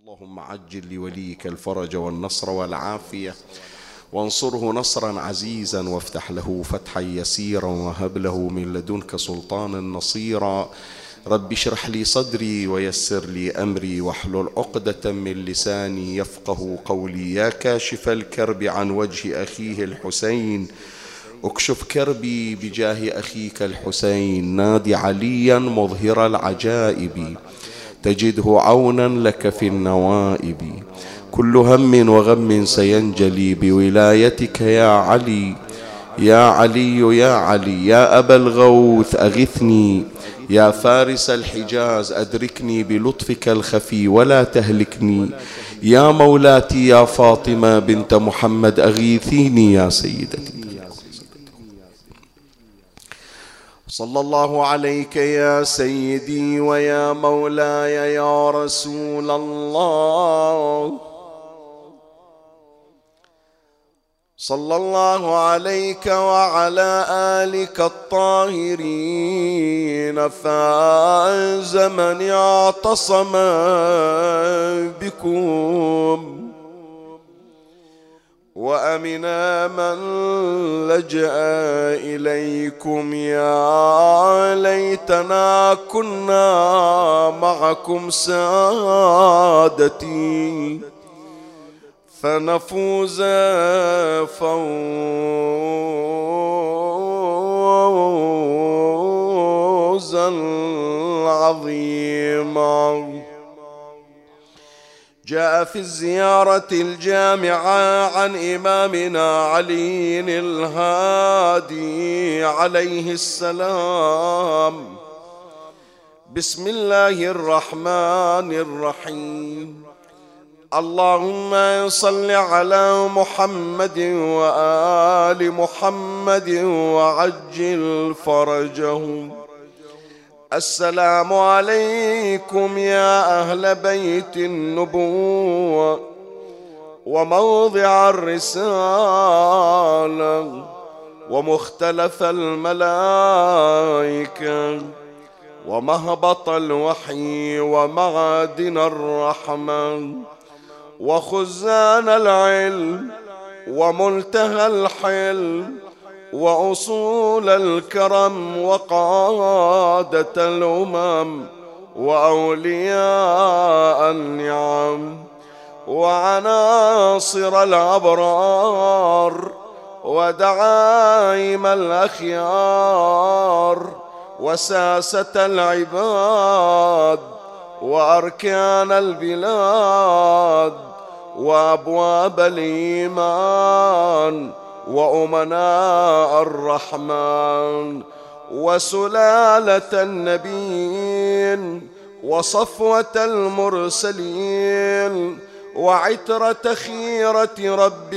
اللهم عجل لوليك الفرج والنصر والعافية، وانصره نصرا عزيزا، وافتح له فتحا يسيرا، وهب له من لدنك سلطانا نصيرا. رب اشرح لي صدري ويسر لي أمري، واحلل عقدة من لساني يفقه قولي. يا كاشف الكرب عن وجه أخيه الحسين، اكشف كربي بجاه أخيك الحسين. نادي عليا مظهر العجائب، تجده عونا لك في النوائب. كل هم وغم سينجلي بولايتك يا علي، يا علي يا علي. يا أبا الغوث أغثني، يا فارس الحجاز أدركني بلطفك الخفي ولا تهلكني. يا مولاتي يا فاطمة بنت محمد أغيثيني يا سيدتي. صلى الله عليك يا سيدي ويا مولاي يا رسول الله. صلى الله عليك وعلى آلك الطاهرين. فاز من اعتصم بكم، وأمنا من لجأ إليكم. يا ليتنا كنا معكم سادتي، فنفوز فوزا عظيما. جاء في الزيارة الجامعة عن إمامنا علي الهادي عليه السلام. بسم الله الرحمن الرحيم. اللهم صل على محمد وآل محمد وعجل فرجهم. السلام عليكم يا أهل بيت النبوة وموضع الرسالة ومختلف الملائكة ومهبط الوحي ومعادن الرحمة وخزان العلم ومنتهى الحلم وأصول الكرم وقادة الأمم وأولياء النعم وعناصر الأبرار ودعائم الأخيار وساسة العباد وأركان البلاد وأبواب الإيمان وأمناء الرحمن وسلالة النبيين وصفوة المرسلين وعترة خيرة رب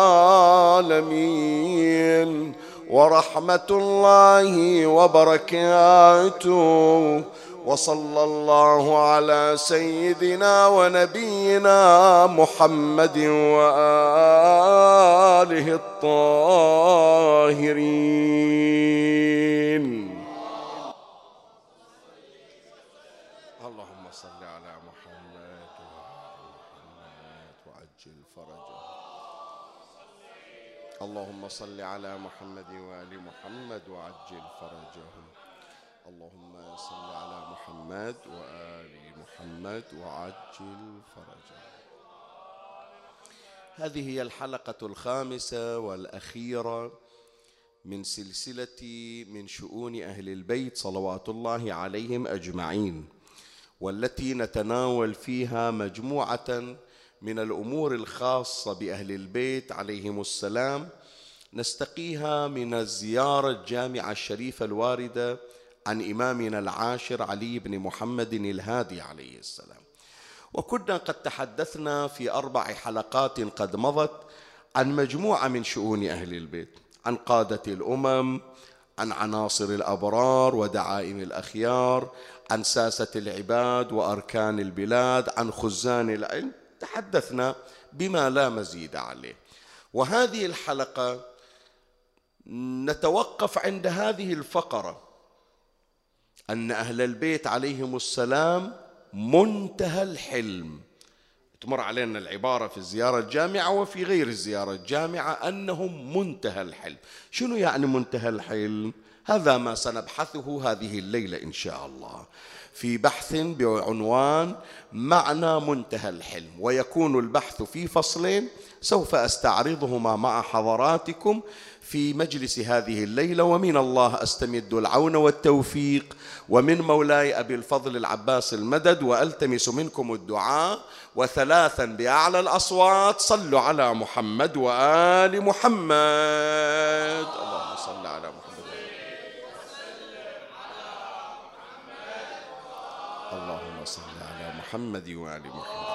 العالمين، ورحمة الله وبركاته. وصلى الله على سيدنا ونبينا محمد وآله الطاهرين. اللهم صل على محمد وعجل فرجه. اللهم صل على محمد وآل محمد وعجل فرجهم. اللهم صل على محمد وآل محمد وعجل فرجه. هذه هي الحلقة الخامسة والأخيرة من سلسلة من شؤون أهل البيت صلوات الله عليهم أجمعين، والتي نتناول فيها مجموعة من الأمور الخاصة بأهل البيت عليهم السلام، نستقيها من الزيارة الجامعة الشريفة الواردة عن إمامنا العاشر علي بن محمد الهادي عليه السلام. وكنا قد تحدثنا في 4 حلقات قد مضت عن مجموعة من شؤون أهل البيت، عن قادة الأمم، عن عناصر الأبرار ودعائم الأخيار، عن ساسة العباد وأركان البلاد، عن خزان العلم. تحدثنا بما لا مزيد عليه. وهذه الحلقة نتوقف عند هذه الفقرة، أن أهل البيت عليهم السلام منتهى الحلم تمر علينا العبارة في الزيارة الجامعة وفي غير الزيارة الجامعة أنهم منتهى الحلم. شنو يعني منتهى الحلم؟ هذا ما سنبحثه هذه الليلة إن شاء الله في بحث بعنوان معنى منتهى الحلم، ويكون البحث في فصلين سوف أستعرضهما مع حضراتكم في مجلس هذه الليلة، ومن الله أستمد العون والتوفيق، ومن مولاي أبي الفضل العباس المدد، وألتمس منكم الدعاء. وثلاثا بأعلى الأصوات صلوا على محمد وآل محمد. اللهم صل على محمد. اللهم صل على محمد وآل محمد.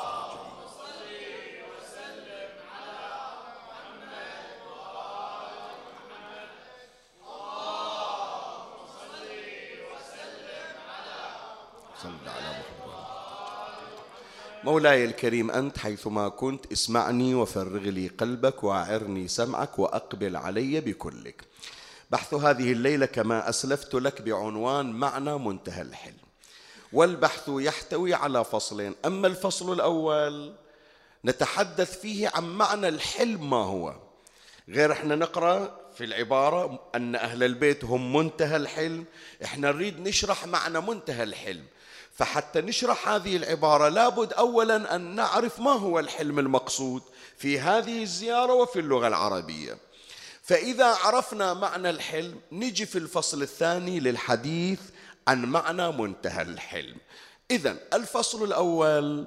مولاي الكريم، أنت حيثما كنت اسمعني وفرغ لي قلبك وأعرني سمعك وأقبل علي بكلك. بحث هذه الليلة كما أسلفت لك بعنوان معنى منتهى الحلم، والبحث يحتوي على فصلين. أما الفصل الأول نتحدث فيه عن معنى الحلم ما هو، غير احنا نقرأ في العبارة أن أهل البيت هم منتهى الحلم، احنا نريد نشرح معنى منتهى الحلم. فحتى نشرح هذه العبارة لابد أولا أن نعرف ما هو الحلم المقصود في هذه الزيارة وفي اللغة العربية. فإذا عرفنا معنى الحلم نجي في الفصل الثاني للحديث عن معنى منتهى الحلم. إذن الفصل الأول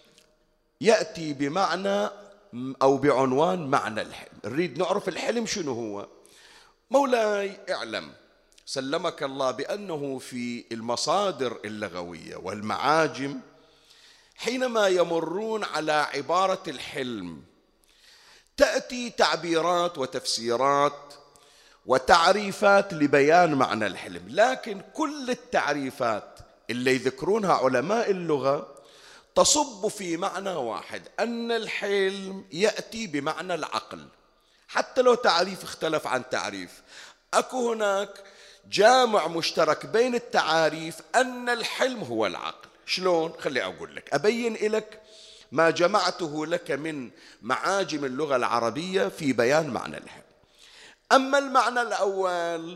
يأتي بمعنى أو بعنوان معنى الحلم. نريد نعرف الحلم شنو هو. مولاي اعلم سلمك الله بأنه في المصادر اللغوية والمعاجم حينما يمرون على عبارة الحلم تأتي تعبيرات وتفسيرات وتعريفات لبيان معنى الحلم، لكن كل التعريفات اللي يذكرونها علماء اللغة تصب في معنى واحد، أن الحلم يأتي بمعنى العقل. حتى لو تعريف اختلف عن تعريف، أكو هناك جامع مشترك بين التعاريف أن الحلم هو العقل. شلون؟ خلي أقول لك، أبين لك ما جمعته لك من معاجم اللغة العربية في بيان معنى الحلم. أما المعنى الأول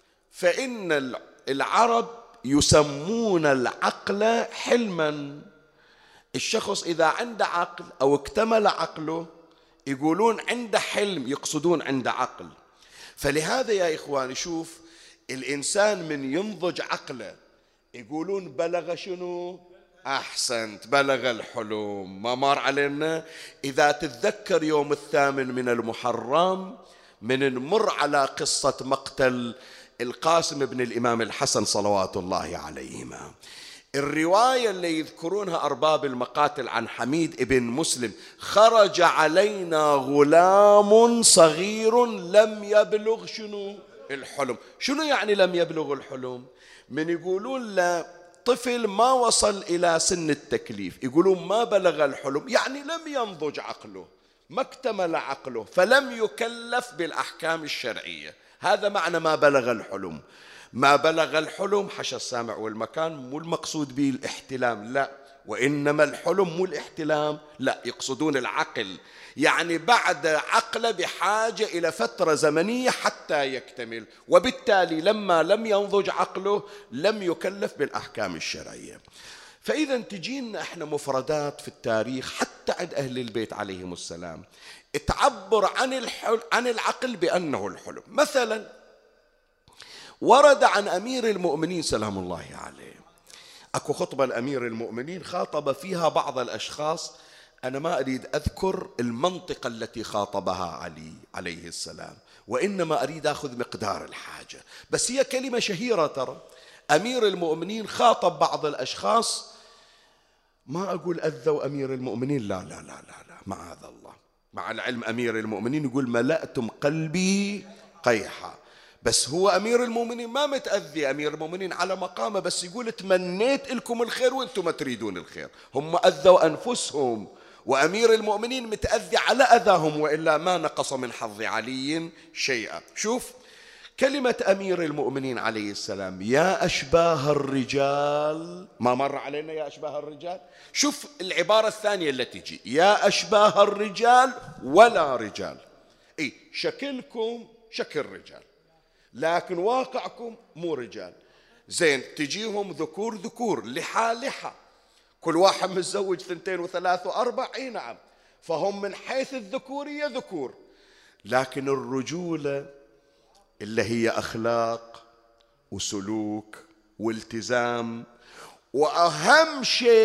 فإن العرب يسمون العقل حلما. الشخص إذا عنده عقل أو اكتمل عقله يقولون عنده حلم، يقصدون عنده عقل. فلهذا يا إخواني شوف، الإنسان من ينضج عقله يقولون بلغ شنو؟ أحسنت، بلغ الحلم. ما مر علينا إذا تتذكر يوم 8 المحرم من نمر على قصة مقتل القاسم بن الإمام الحسن صلوات الله عليهما. الرواية اللي يذكرونها أرباب المقاتل عن حميد ابن مسلم: خرج علينا غلام صغير لم يبلغ شنو؟ الحلم. شنو يعني لم يبلغ الحلم؟ من يقولون لا طفل ما وصل إلى سن التكليف، يقولون ما بلغ الحلم، يعني لم ينضج عقله، ما اكتمل عقله، فلم يكلف بالأحكام الشرعية. هذا معنى ما بلغ الحلم. ما بلغ الحلم حشى السامع والمكان مو المقصود به الاحتلام، لا، وإنما الحلم مو الاحتلام، لا، يقصدون العقل، يعني بعد عقله بحاجة إلى فترة زمنية حتى يكتمل، وبالتالي لما لم ينضج عقله لم يكلف بالأحكام الشرعية. فإذا تجينا احنا مفردات في التاريخ حتى عند أهل البيت عليهم السلام تعبر عن العقل بأنه الحلم. مثلا ورد عن أمير المؤمنين سلام الله عليه، أكو خطبة الأمير المؤمنين خاطب فيها بعض الأشخاص، أنا ما أريد أذكر المنطقة التي خاطبها علي عليه السلام، وإنما أريد أخذ مقدار الحاجة، بس هي كلمة شهيرة ترى. أمير المؤمنين خاطب بعض الأشخاص، ما أقول أذوا أمير المؤمنين، لا لا لا لا لا، معاذ الله، مع العلم أمير المؤمنين يقول ملأتم قلبي قيحا، بس هو أمير المؤمنين ما متأذي، أمير المؤمنين على مقامه، بس يقول تمنيت لكم الخير وأنتم ما تريدون الخير. هم أذوا أنفسهم، وأمير المؤمنين متأذي على أذاهم، وإلا ما نقص من حظ علي شيئا. شوف كلمة أمير المؤمنين عليه السلام يا أشباه الرجال، ما مر علينا يا أشباه الرجال؟ شوف العبارة الثانية التي تجي يا أشباه الرجال ولا رجال. شكلكم شكل رجال لكن واقعكم مو رجال. زين تجيهم ذكور ذكور، لحى لحى، كل واحد متزوج 2 و3 و4، نعم، فهم من حيث الذكورية ذكور، لكن الرجولة اللي هي أخلاق وسلوك والتزام، وأهم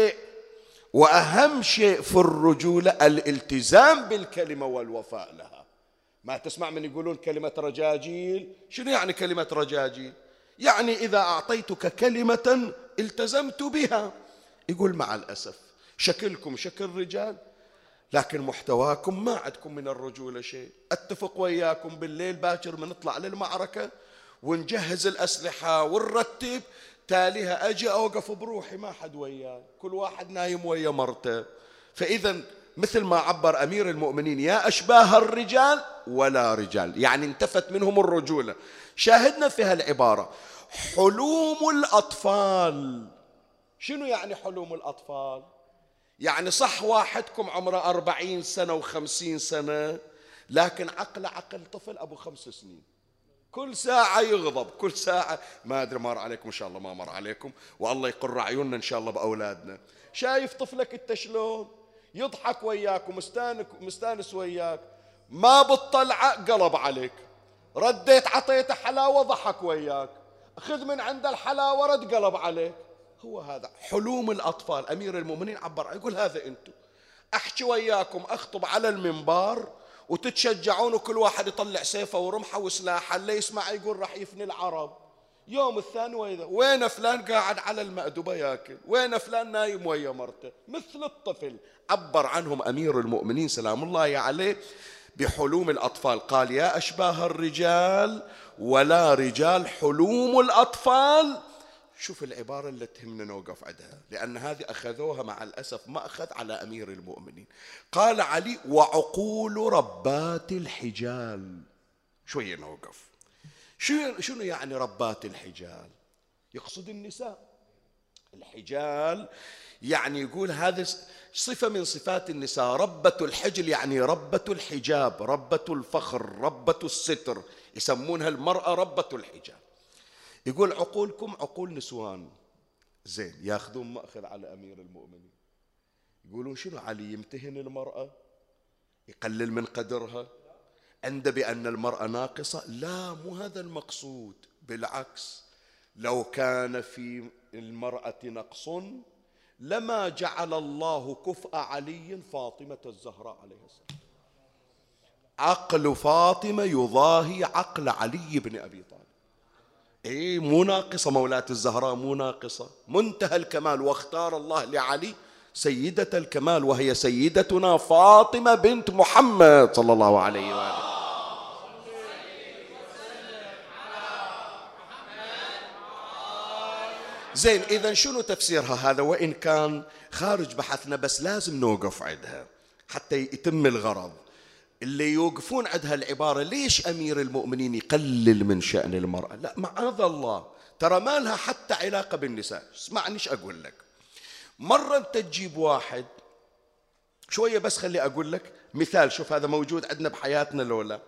شيء في الرجولة الالتزام بالكلمة والوفاء لها. ما تسمع من يقولون كلمة رجاجيل؟ شنو يعني كلمة رجاجيل؟ يعني إذا أعطيتك كلمة التزمت بها. يقول مع الأسف شكلكم شكل رجال لكن محتواكم ما عندكم من الرجولة شيء. اتفق وياكم بالليل باكر بنطلع للمعركة ونجهز الأسلحة ونرتب، تاليها أجي أوقف بروحي ما حد وياي، كل واحد نايم ويا مرته. فإذا مثل ما عبر أمير المؤمنين يا أشباه الرجال ولا رجال، يعني انتفت منهم الرجولة. شاهدنا في هالعبارة حلوم الأطفال. شنو يعني حلوم الأطفال؟ يعني صح واحدكم عمره 40 سنة و50 سنة لكن عقله عقل طفل أبو 5 سنين، كل ساعة يغضب، كل ساعة ما أدري مر عليكم إن شاء الله ما مر عليكم، والله يقر عيوننا إن شاء الله بأولادنا. شايف طفلك أنت شلون يضحك وياك ومستانس وياك، ما بتطلعه قلب عليك، رديت عطيته حلاوة ضحك وياك، خذ من عند الحلاوة رد قلب عليك. هو هذا حلوم الأطفال. أمير المؤمنين عبر يقول هذا أنتم أحكي وياكم أخطب على المنبر وتتشجعون وكل واحد يطلع سيفه ورمحه وسلاحه، اللي يسمع يقول راح يفني العرب. يوم الثاني وين فلان قاعد على المأدبة ياكل، وين فلان نايم ويا مرته، مثل الطفل. عبر عنهم أمير المؤمنين سلام الله عليه بحلوم الأطفال، قال يا أشباه الرجال ولا رجال حلوم الأطفال. شوف العبارة اللي تهمنا نوقف عندها، لأن هذه أخذوها مع الأسف ما أخذ على أمير المؤمنين. قال علي وعقول ربات الحجال. شوية نوقف، شنو يعني ربات الحجال؟ يقصد النساء. الحجال يعني يقول هذه صفة من صفات النساء، ربة الحجل يعني ربة الحجاب، ربة الفخر، ربة الستر، يسمونها المرأة ربة الحجاب. يقول عقولكم عقول نسوان. زين ياخذون مأخذ على أمير المؤمنين، يقولون شنو علي يمتهن المرأة، يقلل من قدرها، عنده بأن المرأة ناقصة؟ لا، مو هذا المقصود، بالعكس، لو كان في المرأة نقص لما جعل الله كفء علي فاطمة الزهراء عليه السلام. عقل فاطمة يضاهي عقل علي بن أبي طالب. مو ناقصة مولاة الزهراء، مو ناقصة، منتهى الكمال. واختار الله لعلي سيدة الكمال وهي سيدتنا فاطمة بنت محمد صلى الله عليه وآله. زين إذا شنو تفسيرها هذا؟ وإن كان خارج بحثنا بس لازم نوقف عندها حتى يتم الغرض. اللي يوقفون عندها العبارة ليش أمير المؤمنين يقلل من شأن المرأة؟ لا معاذ الله، ترى ما لها حتى علاقة بالنساء. اسمعني ايش أقول لك. مرة أنت تجيب واحد شوية، بس خلي أقول لك مثال. شوف هذا موجود عندنا بحياتنا لولا.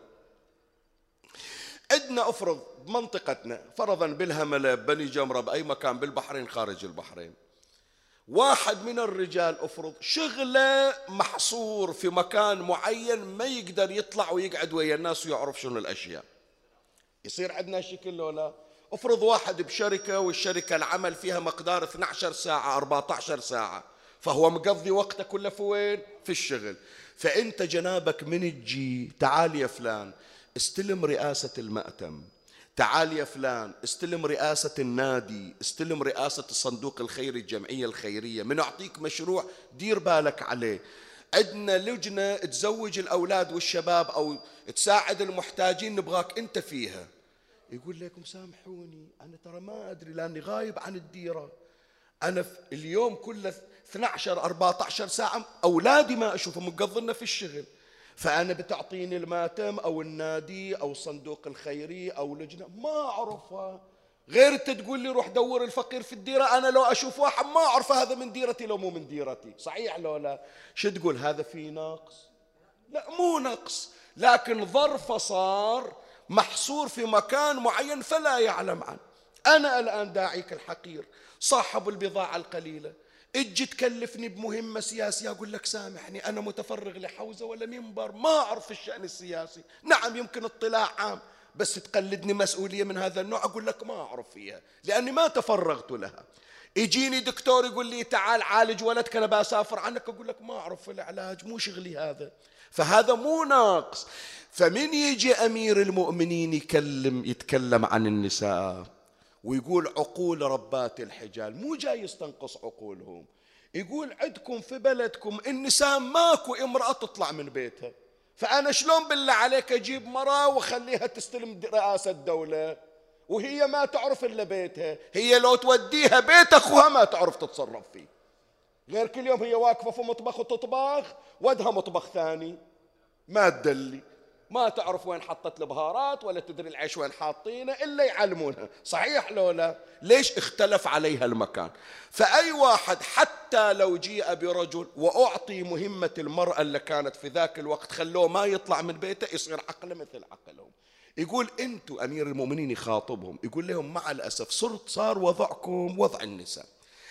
عندنا أفرض بمنطقتنا فرضا بالهملة بني جمرة بأي مكان بالبحرين خارج البحرين، واحد من الرجال أفرض شغله محصور في مكان معين ما يقدر يطلع ويقعد ويا الناس ويعرف شنو الأشياء. يصير عندنا شكل ولا؟ أفرض واحد بشركة والشركة العمل فيها مقدار 12 ساعة 14 ساعة، فهو مقضي وقته كله في وين؟ في الشغل. فأنت جنابك من تجي تعال يا فلان استلم رئاسة المأتم، تعال يا فلان استلم رئاسة النادي، استلم رئاسة الصندوق الخيري الجمعية الخيرية، من أعطيك مشروع دير بالك عليه. عندنا لجنة تزوج الأولاد والشباب أو تساعد المحتاجين نبغاك أنت فيها. يقول لكم سامحوني أنا ترى ما أدري لأني غايب عن الديرة، أنا اليوم كله 12 14 ساعة أولادي ما أشوفهم مقضلنا في الشغل. فأنا بتعطيني الماتم أو النادي أو الصندوق الخيري أو لجنة ما أعرفها، غير أنت تقول لي روح دور الفقير في الديرة، أنا لو أشوف واحد ما أعرف هذا من ديرتي لو مو من ديرتي، صحيح لو لا؟ شو تقول هذا في نقص؟ لا مو نقص، لكن ظرفه صار محصور في مكان معين فلا يعلم عنه. أنا الآن داعيك الحقير صاحب البضاعة القليلة، اجي تكلفني بمهمة سياسية أقول لك سامحني أنا متفرغ لحوزة ولا منبر، ما أعرف الشأن السياسي، نعم يمكن اطلاع عام، بس تقلدني مسؤولية من هذا النوع أقول لك ما أعرف فيها لأني ما تفرغت لها. يجيني دكتور يقول لي تعال عالج ولدك أنا بسافر عنك، أقول لك ما أعرف في العلاج مو شغلي هذا، فهذا مو ناقص. فمن يجي أمير المؤمنين يتكلم عن النساء ويقول عقول ربات الحجال، مو جاي يستنقص عقولهم، يقول عندكم في بلدكم النساء ماكو امرأة تطلع من بيتها، فأنا شلون بالله عليك أجيب مرأة وخليها تستلم رئاسة الدولة وهي ما تعرف إلا بيتها؟ هي لو توديها بيت أخوها ما تعرف تتصرف فيه، غير كل يوم هي واقفة في مطبخ وتطبخ ودها مطبخ ثاني، ما تدلي، ما تعرف وين حطت البهارات ولا تدري العيش وين حاطينه إلا يعلمونها، صحيح لو لا؟ ليش اختلف عليها المكان؟ فأي واحد حتى لو جيء برجل وأعطي مهمة المرأة اللي كانت في ذاك الوقت خلوه ما يطلع من بيته يصير عقله مثل عقلهم. يقول أنتم أمير المؤمنين يخاطبهم يقول لهم مع الأسف صار وضعكم وضع النساء،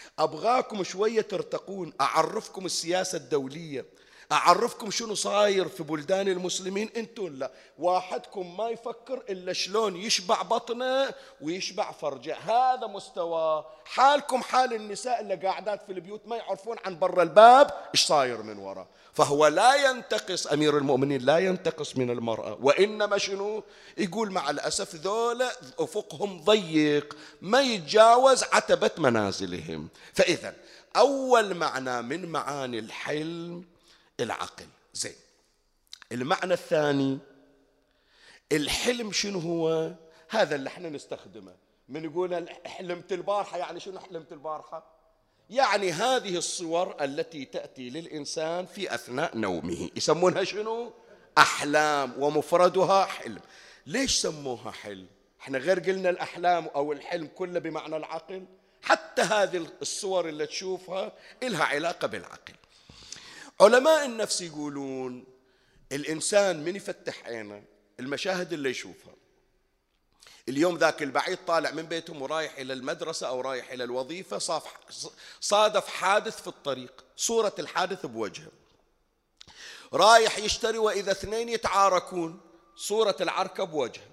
أبغاكم شوية ترتقون، أعرفكم السياسة الدولية، أعرفكم شنو صاير في بلدان المسلمين، أنتم لا، واحدكم ما يفكر إلا شلون يشبع بطنه ويشبع فرجه، هذا مستوى حالكم حال النساء اللي قاعدات في البيوت ما يعرفون عن برا الباب إيش صاير من وراء. فهو لا ينتقص أمير المؤمنين، لا ينتقص من المرأة، وإنما شنو يقول مع الأسف ذولا أفقهم ضيق ما يتجاوز عتبة منازلهم. فإذا أول معنى من معاني الحلم العقل. زين، المعنى الثاني الحلم شنو هو؟ هذا اللي احنا نستخدمه من يقول حلمت البارحة، يعني شنو حلمت البارحة؟ يعني هذه الصور التي تأتي للإنسان في أثناء نومه يسمونها شنو؟ أحلام، ومفردها حلم. ليش سموها حلم؟ احنا غير قلنا الأحلام أو الحلم كله بمعنى العقل، حتى هذه الصور اللي تشوفها إلها علاقة بالعقل. علماء النفس يقولون الإنسان من يفتح عينه المشاهد اللي يشوفها، اليوم ذاك البعيد طالع من بيتهم ورايح إلى المدرسة أو رايح إلى الوظيفة، صادف حادث في الطريق، صورة الحادث بوجهه، رايح يشتري وإذا اثنين يتعاركون، صورة العركة بوجهه،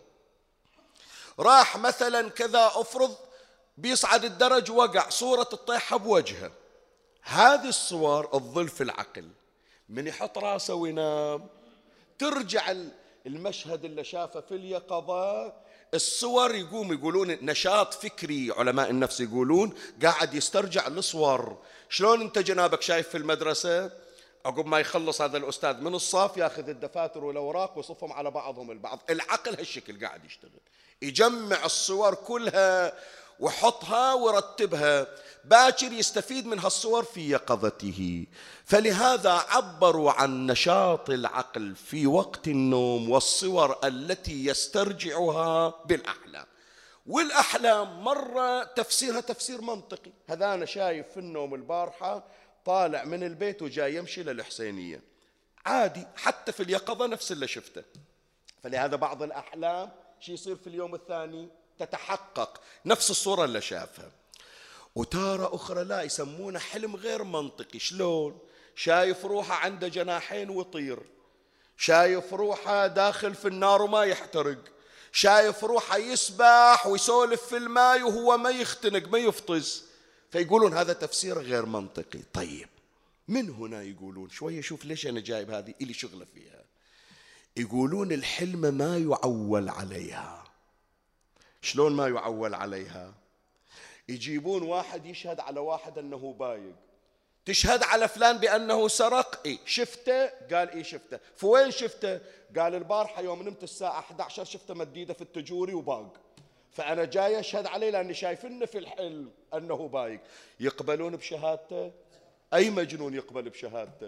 راح مثلا كذا أفرض بيصعد الدرج وقع، صورة الطيحة بوجهه. هذه الصور تظل في العقل، من يحط راسه وينام ترجع المشهد اللي شافه في اليقظة، الصور يقولون نشاط فكري، علماء النفس يقولون قاعد يسترجع الصور. شلون انت جنابك شايف في المدرسة عقب ما يخلص هذا الأستاذ من الصف ياخذ الدفاتر والأوراق ويصفهم على بعضهم البعض، العقل هالشكل قاعد يشتغل، يجمع الصور كلها وحطها ورتبها، باكر يستفيد من هالصور في يقظته. فلهذا عبروا عن نشاط العقل في وقت النوم والصور التي يسترجعها بالأحلام. والأحلام مرة تفسيرها تفسير منطقي، هذا أنا شايف في النوم البارحة طالع من البيت وجاي يمشي للحسينية، عادي حتى في اليقظة نفس اللي شفته. فلهذا بعض الأحلام شي يصير في اليوم الثاني تتحقق نفس الصورة اللي شافها. وتارة أخرى لا، يسمونه حلم غير منطقي. شلون؟ شايف روحه عنده جناحين ويطير، شايف روحه داخل في النار وما يحترق، شايف روحه يسبح ويسولف في الماء وهو ما يختنق ما يفطس. فيقولون هذا تفسير غير منطقي. طيب من هنا يقولون شوية شوف ليش أنا جايب هذه إلي شغلة فيها، يقولون الحلم ما يعول عليها. شلون ما يعول عليها؟ يجيبون واحد يشهد على واحد أنه بايق، تشهد على فلان بأنه سرق، إيه شفته؟ قال إيه شفته. فوين شفته؟ قال البارحة يوم نمت الساعة 11 شفته مديدة في التجوري وباق، فأنا جاي أشهد عليه لأني شايفنه في الحلم أنه بايق. يقبلون بشهادته؟ أي مجنون يقبل بشهادته؟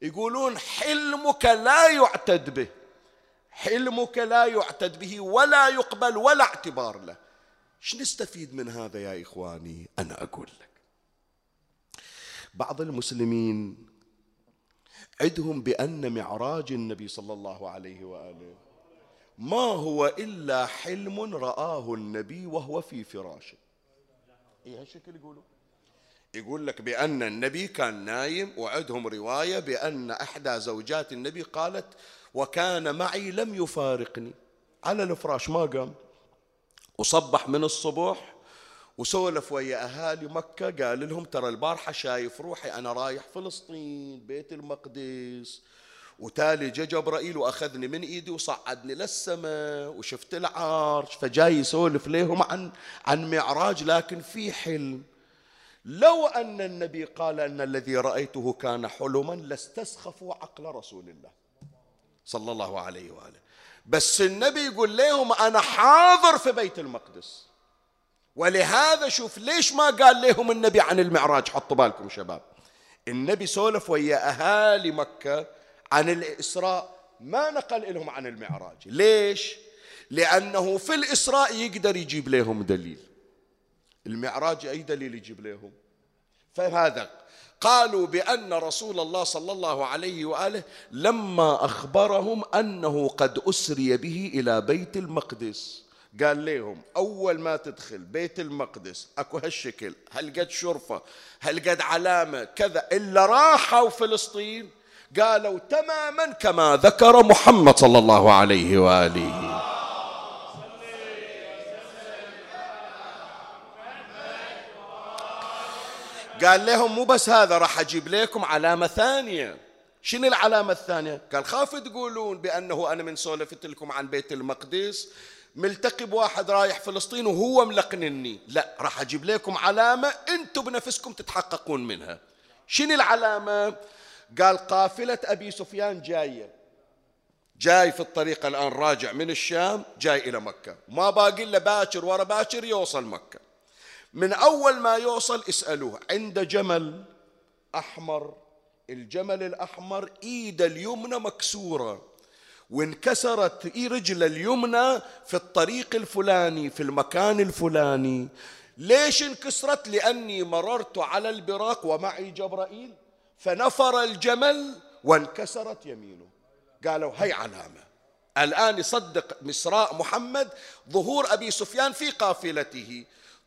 يقولون حلمك لا يعتد به، حلمك لا يعتد به ولا يقبل ولا اعتبار له. ايش نستفيد من هذا يا إخواني؟ أنا أقول لك، بعض المسلمين عندهم بأن معراج النبي صلى الله عليه وآله ما هو إلا حلم رآه النبي وهو في فراشه. إيه هالشكل يقولوا؟ يقول لك بأن النبي كان نايم، وعندهم رواية بأن إحدى زوجات النبي قالت وكان معي لم يفارقني، على الفراش ما قام، وصبح من الصبح وسولف ويا أهالي مكة، قال لهم ترى البارحة شايف روحي أنا رايح فلسطين بيت المقدس، وتالي جا جبرائيل وأخذني من إيدي وصعدني للسماء وشفت العرش، فجاي يسولف لهم عن معراج، لكن في حلم. لو أن النبي قال أن الذي رأيته كان حلما لاستسخفوا عقل رسول الله صلى الله عليه وآله، بس النبي يقول لهم أنا حاضر في بيت المقدس. ولهذا شوف ليش ما قال لهم النبي عن المعراج. حطوا بالكم شباب، النبي سولف ويا أهالي مكة عن الإسراء، ما نقل لهم عن المعراج. ليش؟ لأنه في الإسراء يقدر يجيب لهم دليل، المعراج أي دليل يجيب لهم؟ فهذا قالوا بأن رسول الله صلى الله عليه وآله لما أخبرهم أنه قد أسري به إلى بيت المقدس قال لهم أول ما تدخل بيت المقدس أكو هالشكل، هل قد شرفة، هل قد علامة كذا، إلا راحوا فلسطين قالوا تماما كما ذكر محمد صلى الله عليه وآله. قال لهم مو بس هذا، راح أجيب لكم علامة ثانية. شنو العلامة الثانية؟ قال خاف تقولون بأنه أنا من سولفت لكم عن بيت المقدس ملتقي بواحد رايح فلسطين وهو ملقنني، لا، راح أجيب لكم علامة أنتم بنفسكم تتحققون منها. شنو العلامة؟ قال قافلة أبي سفيان جاي في الطريق الآن راجع من الشام جاي إلى مكة، ما باقي إلا باكر ورا باكر يوصل مكة. من أول ما يوصل اسألوه عند جمل أحمر، الجمل الأحمر إيد اليمنى مكسورة وانكسرت رجل اليمنى في الطريق الفلاني في المكان الفلاني. ليش انكسرت؟ لأني مررت على البراق ومعي جبرائيل فنفر الجمل وانكسرت يمينه. قالوا هي علامة. الآن يصدق مسراء محمد ظهور أبي سفيان في قافلته.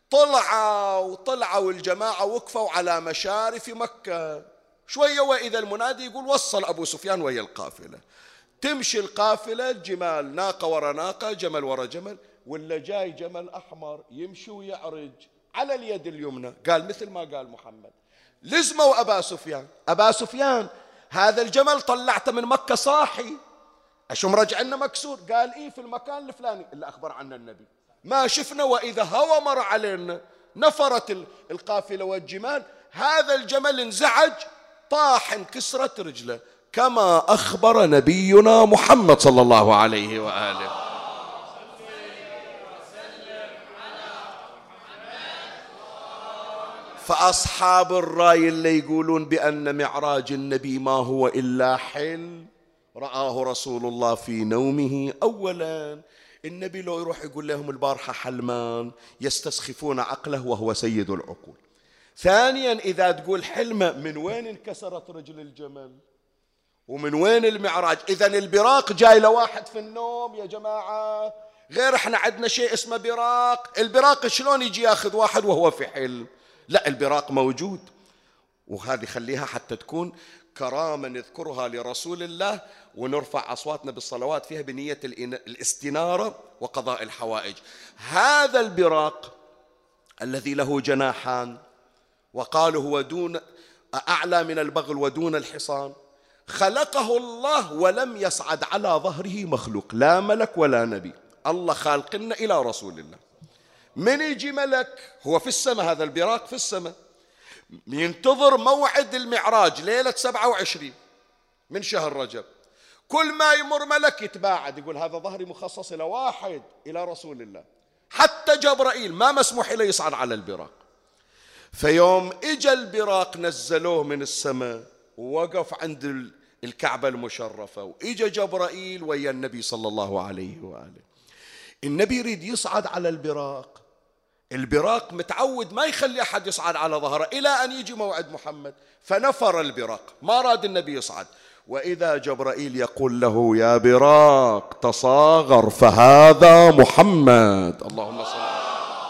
طلعوا الجماعة وقفوا على مشارف مكة شوية، وإذا المنادي يقول وصل أبو سفيان ويا القافلة. تمشي القافلة الجمال ناقة ورا ناقة جمل ورا جمل، ولا جاي جمل أحمر يمشي ويعرج على اليد اليمنى. قال مثل ما قال محمد لزموا أبا سفيان هذا الجمل طلعته من مكة صاحي، أشو مرجعنا مكسور؟ قال إيه في المكان الفلاني اللي أخبر عنه النبي، ما شفنا وإذا هو مر علينا نفرت القافلة والجمال، هذا الجمل انزعج طاح انكسرت رجله كما أخبر نبينا محمد صلى الله عليه وآله. فأصحاب الرأي اللي يقولون بأن معراج النبي ما هو إلا حلم رآه رسول الله في نومه، أولا النبي لو يروح يقول لهم البارحة حلمان يستسخفون عقله وهو سيد العقول. ثانيا إذا تقول حلمة من وين انكسرت رجل الجمل ومن وين المعراج؟ إذن البراق جاي لواحد في النوم يا جماعة، غير احنا عندنا شيء اسمه براق. البراق شلون يجي ياخذ واحد وهو في حلم؟ لا، البراق موجود، وهذه خليها حتى تكون كرامة نذكرها لرسول الله ونرفع أصواتنا بالصلوات فيها بنية الاستنارة وقضاء الحوائج. هذا البراق الذي له جناحان وقالوا هو دون أعلى من البغل ودون الحصان، خلقه الله ولم يصعد على ظهره مخلوق، لا ملك ولا نبي، الله خالقنا إلى رسول الله. من يجي ملك هو في السماء، هذا البراق في السماء ينتظر موعد المعراج ليلة 27 من شهر رجب، كل ما يمر ملك يتباعد يقول هذا ظهري مخصص إلى واحد إلى رسول الله. حتى جبرائيل ما مسموح له يصعد على البراق. فيوم اجى البراق نزلوه من السماء ووقف عند الكعبة المشرفة، وإجا جبرائيل ويا النبي صلى الله عليه وآله. النبي يريد يصعد على البراق، البراق متعود ما يخلي أحد يصعد على ظهره إلى أن يجي موعد محمد، فنفر البراق، ما راد النبي يصعد. وإذا جبرائيل يقول له يا براق تصاغر فهذا محمد. اللهم صل على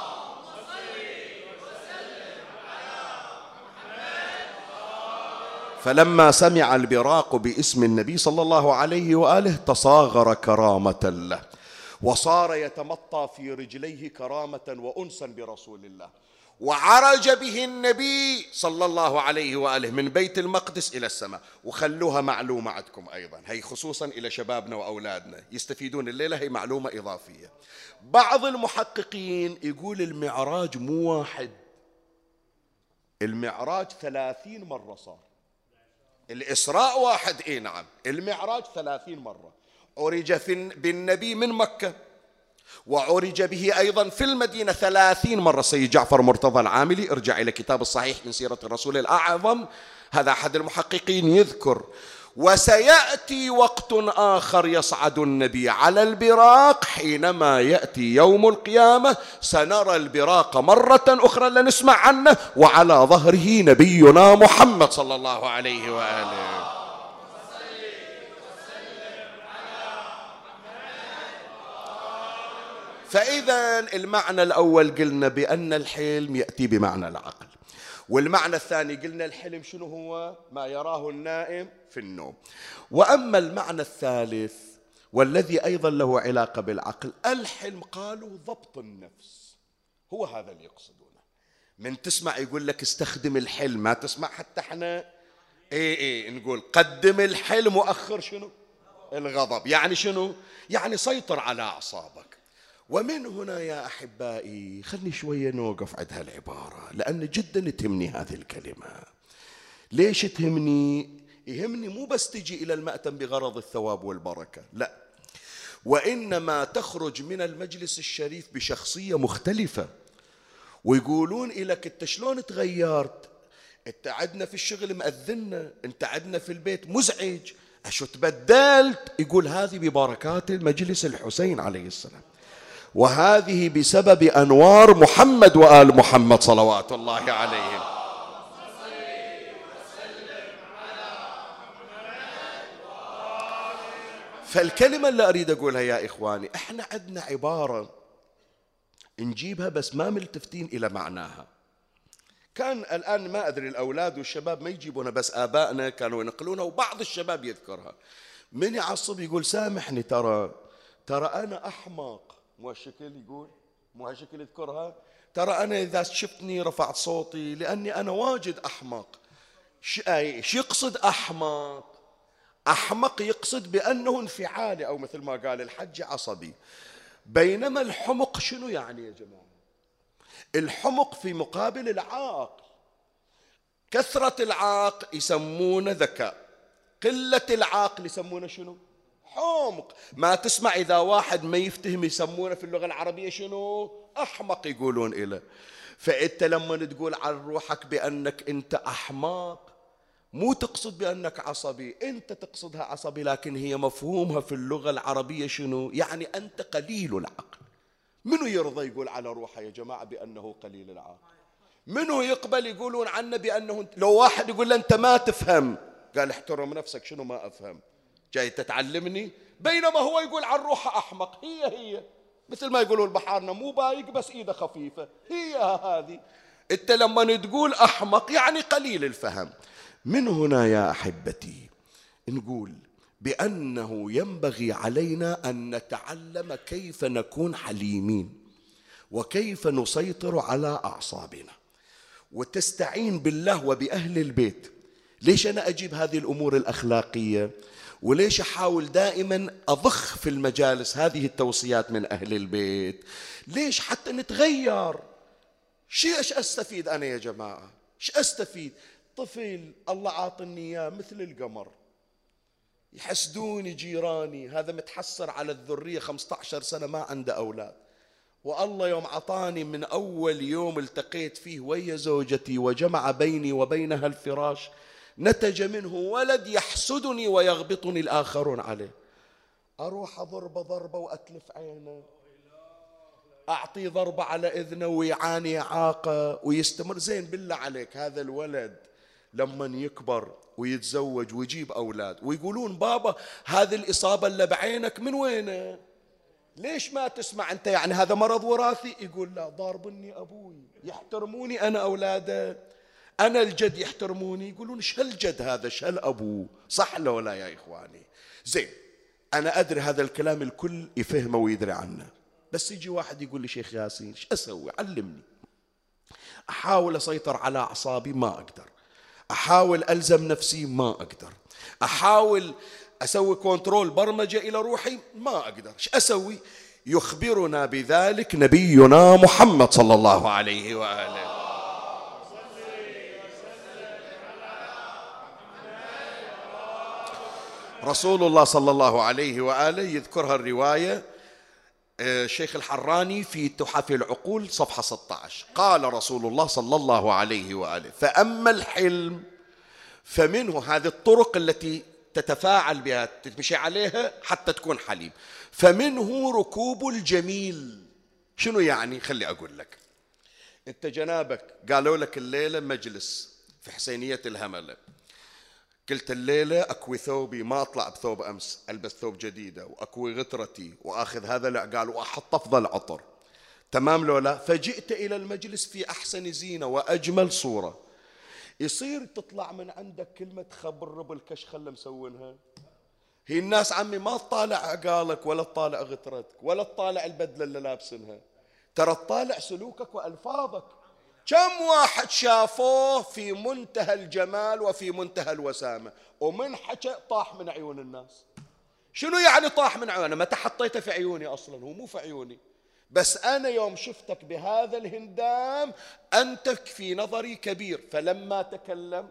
فلما سمع البراق باسم النبي صلى الله عليه وآله تصاغر كرامة له، وصار يتمطى في رجليه كرامة وأنسا برسول الله. وعرج به النبي صلى الله عليه وآله من بيت المقدس إلى السماء. وخلوها معلومة عندكم أيضا، هي خصوصا إلى شبابنا وأولادنا يستفيدون الليلة، هي معلومة إضافية. بعض المحققين يقول المعراج مو واحد، المعراج 30 مرة صار. الإسراء واحد، إيه نعم، المعراج 30 مرة. عرج بالنبي من مكة، وعرج به أيضا في المدينة 30 مرة. سيد جعفر مرتضى العاملي، ارجع إلى كتاب الصحيح من سيرة الرسول الأعظم، هذا أحد المحققين يذكر. وسيأتي وقت آخر يصعد النبي على البراق، حينما يأتي يوم القيامة سنرى البراق مرة أخرى لنسمع عنه، وعلى ظهره نبينا محمد صلى الله عليه وآله. فإذا المعنى الأول قلنا بأن الحلم يأتي بمعنى العقل، والمعنى الثاني قلنا الحلم شنو هو؟ ما يراه النائم في النوم. وأما المعنى الثالث والذي أيضا له علاقة بالعقل، الحلم قالوا ضبط النفس، هو هذا اللي يقصدونه. من تسمع يقول لك استخدم الحلم، ما تسمع حتى احنا ايه نقول قدم الحلم وأخر شنو؟ الغضب. يعني شنو؟ يعني سيطر على أعصابك. ومن هنا يا أحبائي خلني شوية نوقف عند هالعبارة، لأن جدا تهمني هذه الكلمة. ليش تهمني؟ يهمني مو بس تجي إلى المأتم بغرض الثواب والبركة، لا، وإنما تخرج من المجلس الشريف بشخصية مختلفة، ويقولون إلك أنت شلون تغيرت؟ أنت عدنا في الشغل مأذنا، أنت عدنا في البيت مزعج، أشو تبدلت؟ يقول هذه ببركات المجلس الحسين عليه السلام، وهذه بسبب أنوار محمد وآل محمد صلوات الله عليهم. فالكلمة اللي أريد أقولها يا إخواني، إحنا عندنا عبارة نجيبها بس ما ملتفتين إلى معناها. كان الآن ما أدري الأولاد والشباب ما يجيبونها، بس آبائنا كانوا ينقلونها، وبعض الشباب يذكرها. من يعصب يقول سامحني، ترى أنا أحمق، مو هالشكل يقول، مو هالشكل يذكرها، ترى أنا إذا شفتني رفعت صوتي لأني أنا واجد أحمق. شو يقصد أحمق؟ أحمق يقصد بأنه انفعالي، أو مثل ما قال الحج عصبي. بينما الحمق شنو يعني يا جماعة؟ الحمق في مقابل العاقل. كثرة العاقل يسمونه ذكاء، قلة العاقل يسمونه شنو؟ حمق. ما تسمع إذا واحد ما يفتهم يسمونه في اللغة العربية شنو؟ أحمق يقولون إله. فأنت لما تقول عن روحك بأنك أنت أحمق، مو تقصد بأنك عصبي، أنت تقصدها عصبي، لكن هي مفهومها في اللغة العربية شنو؟ يعني أنت قليل العقل. منو يرضى يقول على روحه يا جماعة بأنه قليل العقل؟ منو يقبل يقولون عنه بأنه، لو واحد يقول له أنت ما تفهم، قال احترم نفسك، شنو ما أفهم؟ جاي تتعلمني؟ بينما هو يقول عن روحه أحمق. هي مثل ما يقولون بحارنا مو بايق بس إيده خفيفة، هي هذه. أنت لما تقول أحمق يعني قليل الفهم. من هنا يا أحبتي نقول بأنه ينبغي علينا أن نتعلم كيف نكون حليمين، وكيف نسيطر على أعصابنا، وتستعين بالله وبأهل البيت. ليش أنا أجيب هذه الأمور الأخلاقية؟ وليش أحاول دائما أضخ في المجالس هذه التوصيات من أهل البيت؟ ليش؟ حتى نتغير. إيش أستفيد أنا يا جماعة؟ إيش أستفيد؟ طفل الله عاطني إياه مثل القمر، يحسدوني جيراني، هذا متحسر على الذرية 15 سنة ما عنده أولاد، والله يوم عطاني من أول يوم التقيت فيه ويا زوجتي وجمع بيني وبينها الفراش، نتج منه ولد يحسدني ويغبطني الآخرون عليه، أروح أضربه ضربة وأتلف عينه، أعطيه ضربة على إذنه ويعاني إعاقة ويستمر. زين بالله عليك هذا الولد لما يكبر ويتزوج ويجيب أولاد ويقولون بابا هذه الإصابة اللي بعينك من وينه؟ ليش ما تسمع أنت؟ يعني هذا مرض وراثي؟ يقول لا، ضاربني أبوي، يحترموني أنا أولاده، أنا الجد يحترموني. يقولون ايش هالجد هذا، ايش هالأبو؟ صح لو لا يا إخواني؟ زين، أنا أدري هذا الكلام الكل يفهمه ويدري عنه، بس يجي واحد يقول لي شيخ ياسين ايش أسوي؟ علمني. أحاول أسيطر على أعصابي ما أقدر، أحاول ألزم نفسي ما أقدر، أحاول أسوي كنترول برمجة إلى روحي ما أقدر. ايش أسوي؟ يخبرنا بذلك نبينا محمد صلى الله عليه وآله. رسول الله صلى الله عليه وآله يذكرها الرواية الشيخ الحراني في تحف العقول صفحة 16. قال رسول الله صلى الله عليه وآله: فأما الحلم فمنه، هذه الطرق التي تتفاعل بها تمشي عليها حتى تكون حليم، فمنه ركوب الجميل. شنو يعني؟ خلي أقول لك. أنت جنابك قالوا لك الليلة مجلس في حسينية الهملة، قلت الليلة أكوي ثوبي، ما أطلع بثوب أمس، ألبس ثوب جديدة وأكوي غترتي وأخذ هذا العقال وأحط أفضل عطر، تمام لو لا؟ فجئت إلى المجلس في أحسن زينة وأجمل صورة، يصير تطلع من عندك كلمة خبر رب الكش خلى مسوينها. هي الناس عمي ما تطالع عقالك ولا تطالع غترتك ولا تطالع البدلة اللي لابسنها، ترى تطالع سلوكك وألفاظك. كم واحد شافوه في منتهى الجمال وفي منتهى الوسامة ومن حكى طاح من عيون الناس. شنو يعني طاح من عيوني؟ ما تحطيته في عيوني أصلا، هو مو في عيوني، بس أنا يوم شفتك بهذا الهندام أنت في نظري كبير، فلما تكلم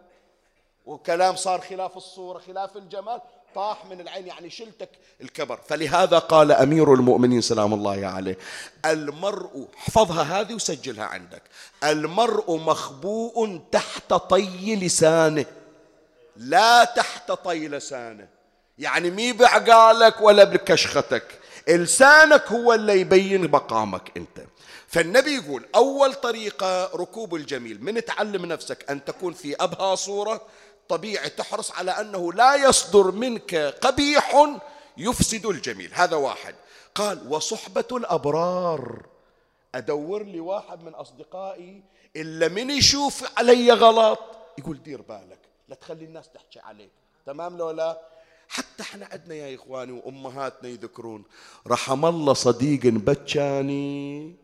وكلام صار خلاف الصورة خلاف الجمال طاح من العين، يعني شلتك الكبر. فلهذا قال أمير المؤمنين سلام الله عليه: المرء، احفظها هذه وسجلها عندك، المرء مخبوء تحت طي لسانه لا تحت طي لسانه. يعني مي بعقالك ولا بكشختك، لسانك هو اللي يبين مقامك أنت. فالنبي يقول أول طريقة ركوب الجميل، من تعلم نفسك أن تكون في أبهى صورة طبيعي، تحرص على أنه لا يصدر منك قبيح يفسد الجميل، هذا واحد. قال وصحبة الأبرار، أدور لي واحد من أصدقائي إلا من يشوف علي غلط يقول دير بالك لا تخلي الناس تحكي عليك، تمام لو لا؟ حتى احنا عندنا يا إخواني وأمهاتنا يذكرون: رحم الله صديق بكاني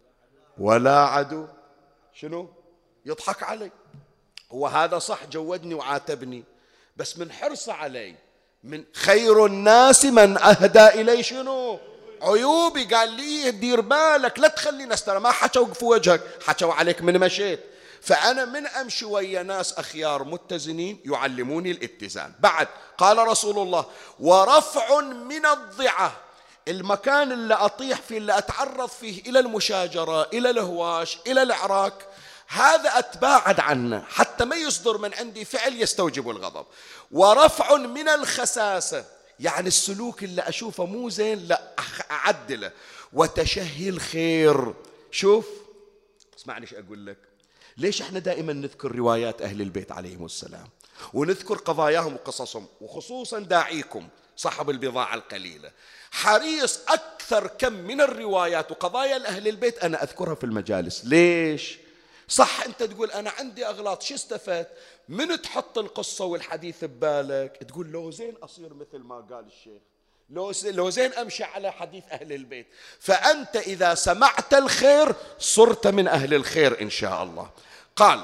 ولا عدو شنو يضحك علي. هو هذا صح جودني وعاتبني، بس من حرصه علي، من خير الناس من أهدى إلي شنو عيوبي، قال لي دير بالك لا تخلي ناس، ترى ما حكوا في وجهك، حكوا عليك من مشيت. فأنا من أمشي ويا ناس أخيار متزنين يعلموني الاتزان. بعد قال رسول الله: ورفع من الضعة، المكان اللي أطيح فيه اللي أتعرض فيه إلى المشاجرة إلى الهواش إلى العراك، هذا أتباعد عنه حتى ما يصدر من عندي فعل يستوجب الغضب. ورفع من الخساسة، يعني السلوك اللي أشوفه مو زين لا أعدله. وتشهي الخير. شوف اسمعني ايش أقول لك، ليش احنا دائما نذكر روايات أهل البيت عليهم السلام ونذكر قضاياهم وقصصهم، وخصوصا داعيكم صاحب البضاعة القليلة حريص أكثر كم من الروايات وقضايا أهل البيت أنا أذكرها في المجالس. ليش؟ صح أنت تقول أنا عندي أغلاط، شو استفدت؟ من تحط القصة والحديث ببالك تقول لو زين أصير مثل ما قال الشيخ، لو زين أمشي على حديث أهل البيت. فأنت إذا سمعت الخير صرت من أهل الخير إن شاء الله. قال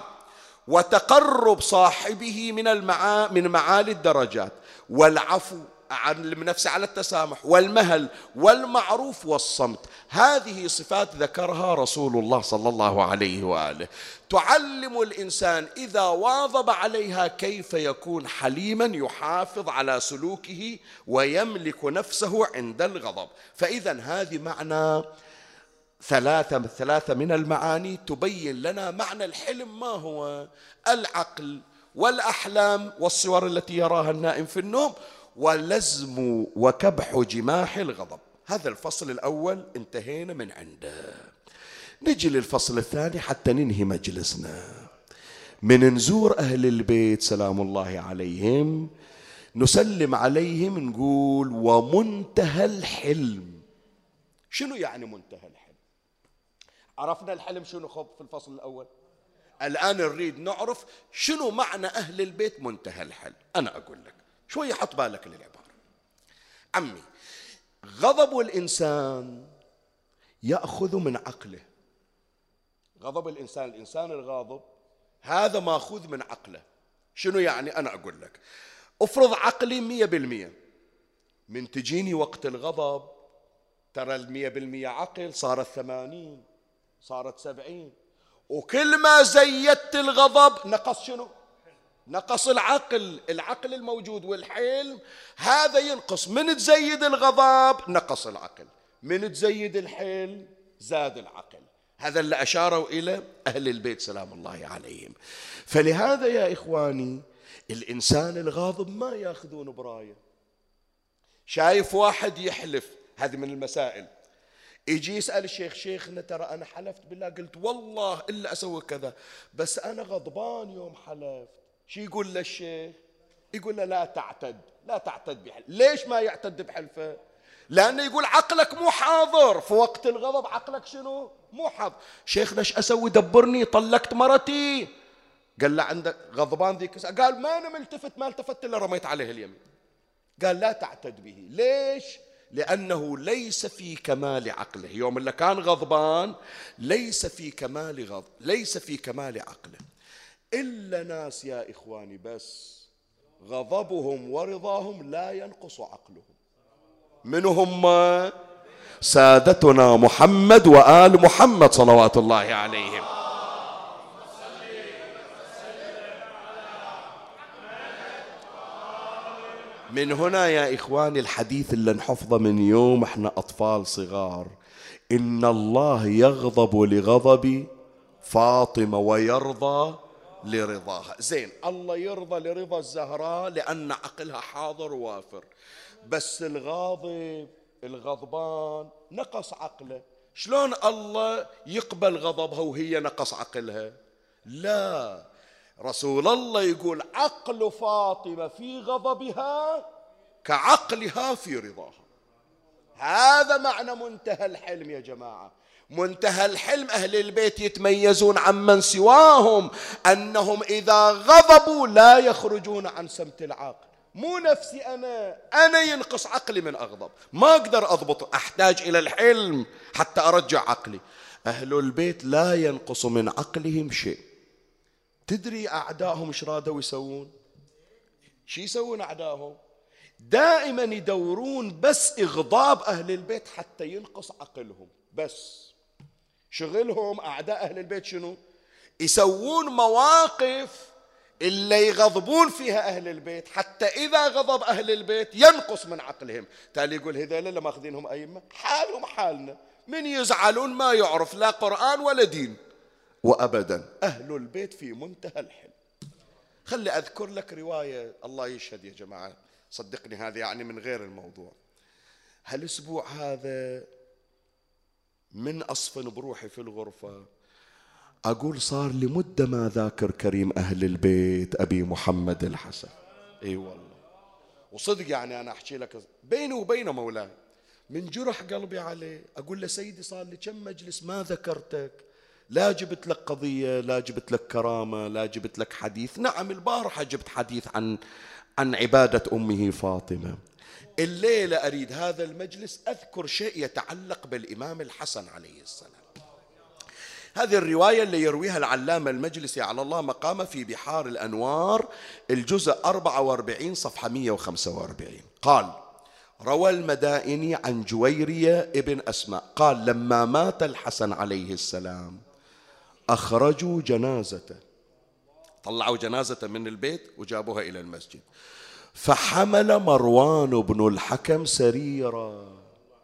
وتقرب صاحبه من معالي الدرجات، والعفو علم نفسه على التسامح، والمهل والمعروف والصمت. هذه صفات ذكرها رسول الله صلى الله عليه وآله، تعلم الإنسان إذا واظب عليها كيف يكون حليما يحافظ على سلوكه ويملك نفسه عند الغضب. فإذا هذه معنى ثلاثة من المعاني تبين لنا معنى الحلم ما هو: العقل والأحلام والصور التي يراها النائم في النوم، ولزم وكبح جماح الغضب. هذا الفصل الأول انتهينا من عنده. نجي للفصل الثاني حتى ننهي مجلسنا. من نزور أهل البيت سلام الله عليهم نسلم عليهم نقول ومنتهى الحلم. شنو يعني منتهى الحلم؟ عرفنا الحلم شنو خب في الفصل الأول، الآن نريد نعرف شنو معنى أهل البيت منتهى الحلم. أنا أقول لك شوية، حط بالك للعبارة عمي. غضب الإنسان يأخذ من عقله. غضب الإنسان الغاضب هذا ماخوذ من عقله. شنو يعني؟ أنا أقول لك افرض عقلي 100%، من تجيني وقت الغضب ترى 100% عقل صارت 80 صارت 70، وكل ما زيدت الغضب نقص شنو؟ نقص العقل الموجود، والحلم هذا ينقص. من تزيد الغضب نقص العقل، من تزيد الحلم زاد العقل. هذا اللي أشاروا إلى أهل البيت سلام الله عليهم. فلهذا يا إخواني الإنسان الغاضب ما يأخذون براية. شايف واحد يحلف، هذه من المسائل، يجي يسأل الشيخ شيخنا ترى أنا حلفت بالله، قلت والله إلا أسوي كذا بس أنا غضبان يوم حلفت. شو يقول له الشيخ؟ يقول له لا تعتد بحلف. ليش ما يعتد بحلفه؟ لأنه يقول عقلك مو حاضر في وقت الغضب. عقلك شنو؟ مو حاضر. شيخنا ايش أسوي؟ دبرني، طلقت مرتي. قال له عندك غضبان ذيك الساعة؟ قال ما أنا ما التفت إلا رميت عليه اليمين. قال لا تعتد به. ليش؟ لأنه ليس في كمال عقله. يوم اللي كان غضبان ليس في كمال عقله. إلا ناس يا إخواني بس غضبهم ورضاهم لا ينقص عقلهم. منهم سادتنا محمد وآل محمد صلوات الله عليهم. من هنا يا إخواني الحديث اللي نحفظه من يوم احنا أطفال صغار، إن الله يغضب لغضب فاطمة ويرضى لرضاها. زين، الله يرضى لرضا الزهراء لأن عقلها حاضر وافر، بس الغضبان نقص عقله. شلون الله يقبل غضبها وهي نقص عقلها؟ لا، رسول الله يقول عقل فاطمة في غضبها كعقلها في رضاها. هذا معنى منتهى الحلم يا جماعة. منتهى الحلم أهل البيت يتميزون عمن سواهم أنهم إذا غضبوا لا يخرجون عن سمت العقل. مو نفسي أنا ينقص عقلي من أغضب، ما أقدر أضبط، أحتاج إلى الحلم حتى أرجع عقلي. أهل البيت لا ينقص من عقلهم شيء. تدري أعدائهم إيش رادوا يسوون؟ شو يسوون أعدائهم؟ دائما يدورون بس إغضاب أهل البيت حتى ينقص عقلهم. بس شغلهم أعداء أهل البيت شنو؟ يسوون مواقف اللي يغضبون فيها أهل البيت حتى إذا غضب أهل البيت ينقص من عقلهم. تالي يقول هذول اللي ماخذينهم أئمة حالهم حالنا، من يزعلون ما يعرف لا قرآن ولا دين. وأبدا أهل البيت في منتهى الحلم. خلي أذكر لك رواية، الله يشهد يا جماعة، صدقني هذا يعني من غير الموضوع. هالأسبوع هذا من أصفن بروحي في الغرفة أقول صار لي مدة ما ذاكر كريم أهل البيت أبي محمد الحسن. إي والله، وصدق يعني أنا أحكي لك بيني وبينه مولاي من جرح قلبي عليه. أقول له سيدي صار لي كم مجلس ما ذكرتك، لا جبت لك قضية، لا جبت لك كرامة، لا جبت لك حديث. نعم البارحة جبت حديث عن عبادة أمه فاطمة. الليلة أريد هذا المجلس أذكر شيء يتعلق بالإمام الحسن عليه السلام. هذه الرواية اللي يرويها العلامة المجلسي على الله مقامه في بحار الأنوار الجزء 44 صفحة 145. قال: روى المدائني عن جويرية ابن أسماء قال: لما مات الحسن عليه السلام أخرجوا جنازته، طلعوا جنازته من البيت وجابوها إلى المسجد، فحمل مروان بن الحكم سريرا.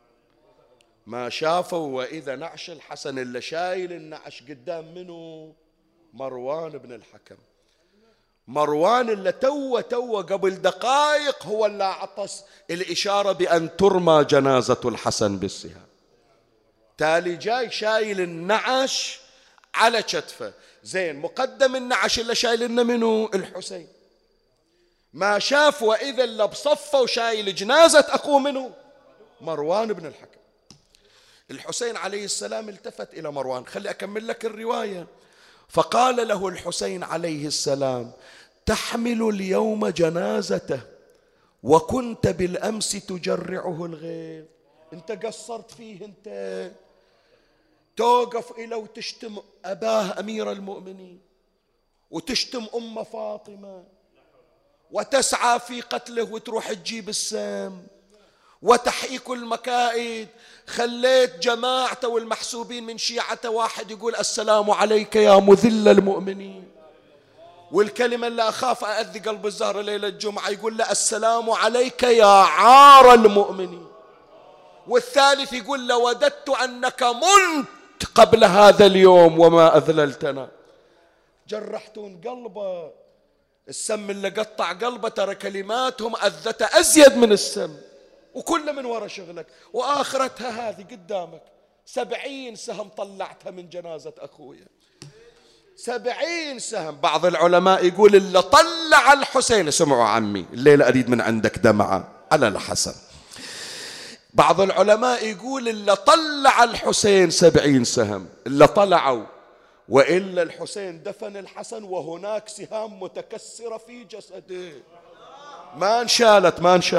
ما شافوا وإذا نعش الحسن اللي شايل النعش قدام منه مروان بن الحكم. مروان اللي تو قبل دقائق هو اللي أعطى الإشارة بأن ترمى جنازة الحسن بالسهام. تالي جاي شايل النعش على كتفه. زين، مقدم النعش اللي شايل لنا منه الحسين، ما شاف وإذا اللي بصفه وشايل جنازة أخوه منه مروان بن الحكم. الحسين عليه السلام التفت إلى مروان، خلي أكمل لك الرواية. فقال له الحسين عليه السلام: تحمل اليوم جنازته وكنت بالأمس تجرعه الغيظ. أنت قصرت فيه، أنت توقف إلى وتشتم أباه أمير المؤمنين وتشتم أم فاطمة وتسعى في قتله وتروح تجيب السام وتحيك المكائد. خليت جماعته والمحسوبين من شيعته واحد يقول السلام عليك يا مذل المؤمنين، والكلمة اللي أخاف أأذي قلب الزهر ليلة الجمعة يقول له السلام عليك يا عار المؤمنين، والثالث يقول له وددت أنك منت قبل هذا اليوم وما أذللتنا. جرحتون قلبه، السم اللي قطع قلبه ترى كلماتهم أذته أزيد من السم، وكل من وراء شغلك، وآخرتها هذه قدامك. 70 سهم طلعتها من جنازة أخويا، 70 سهم. بعض العلماء يقول اللي طلع الحسين، سمعوا عمي الليلة أريد من عندك دمعة على الحسن. بعض العلماء يقول اللي طلع الحسين 70 سهم اللي طلعوا، وإلا الحسين دفن الحسن وهناك سهام متكسرة في جسده ما انشالت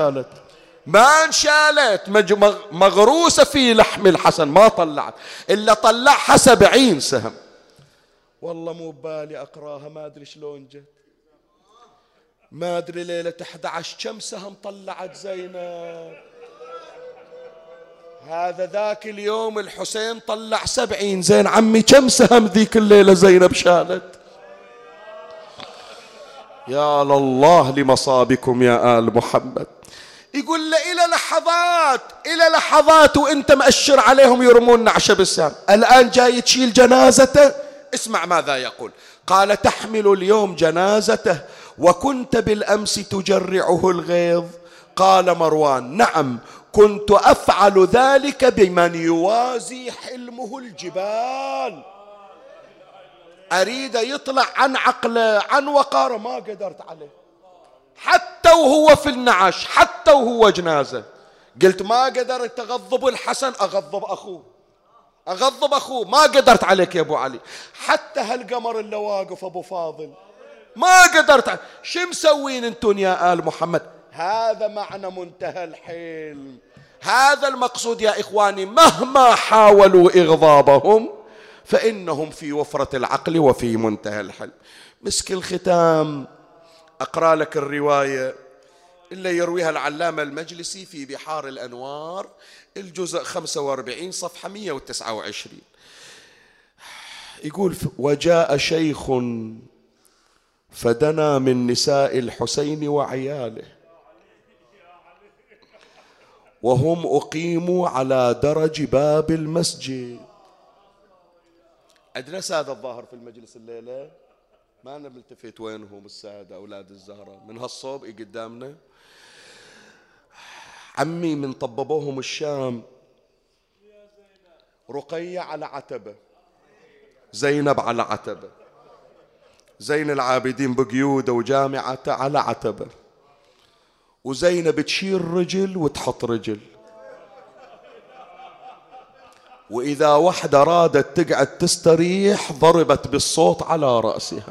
مغروسة في لحم الحسن ما طلعت، إلا طلعها 70 سهم. والله مو ببالي أقراها، ما أدري شلون جت، ما أدري ليلة 11 كم سهم طلعت زينب. هذا ذاك اليوم الحسين طلع 70. زين عمي كم سهم ذيك الليلة زينب شالت؟ يا لله لمصابكم يا آل محمد. يقول له إلى لحظات وإنت مأشر عليهم يرمون نعش بالسهم، الآن جاي تشيل جنازته. اسمع ماذا يقول. قال تحمل اليوم جنازته وكنت بالأمس تجرعه الغيظ. قال مروان: نعم، كنت أفعل ذلك بمن يوازي حلمه الجبال. أريد يطلع عن عقله عن وقاره، ما قدرت عليه، حتى وهو في النعش، حتى وهو جنازة. قلت ما قدرت أغضب الحسن، أغضب أخوه، ما قدرت عليك يا أبو علي. حتى هالقمر اللي واقف أبو فاضل ما قدرت. شو مسوين انتون يا آل محمد؟ هذا معنى منتهى الحلم، هذا المقصود يا إخواني. مهما حاولوا إغضابهم فإنهم في وفرة العقل وفي منتهى الحلم. مسك الختام أقرأ لك الرواية اللي يرويها العلامة المجلسي في بحار الأنوار، الجزء 45 صفحة 129. يقول: وجاء شيخ فدنا من نساء الحسين وعياله وهم أقيموا على درج باب المسجد. عندنا سادة الظاهر في المجلس الليلة، ما أنا ملتفت وينهم السادة أولاد الزهرة من هالصوب قدامنا. عمي من طببوهم الشام، رقية على عتبة، زينب على عتبة، زين العابدين بقيودة وجامعة على عتبة، وزينب تشيل رجل وتحط رجل، وإذا واحدة رادت تقعد تستريح ضربت بالصوت على رأسها.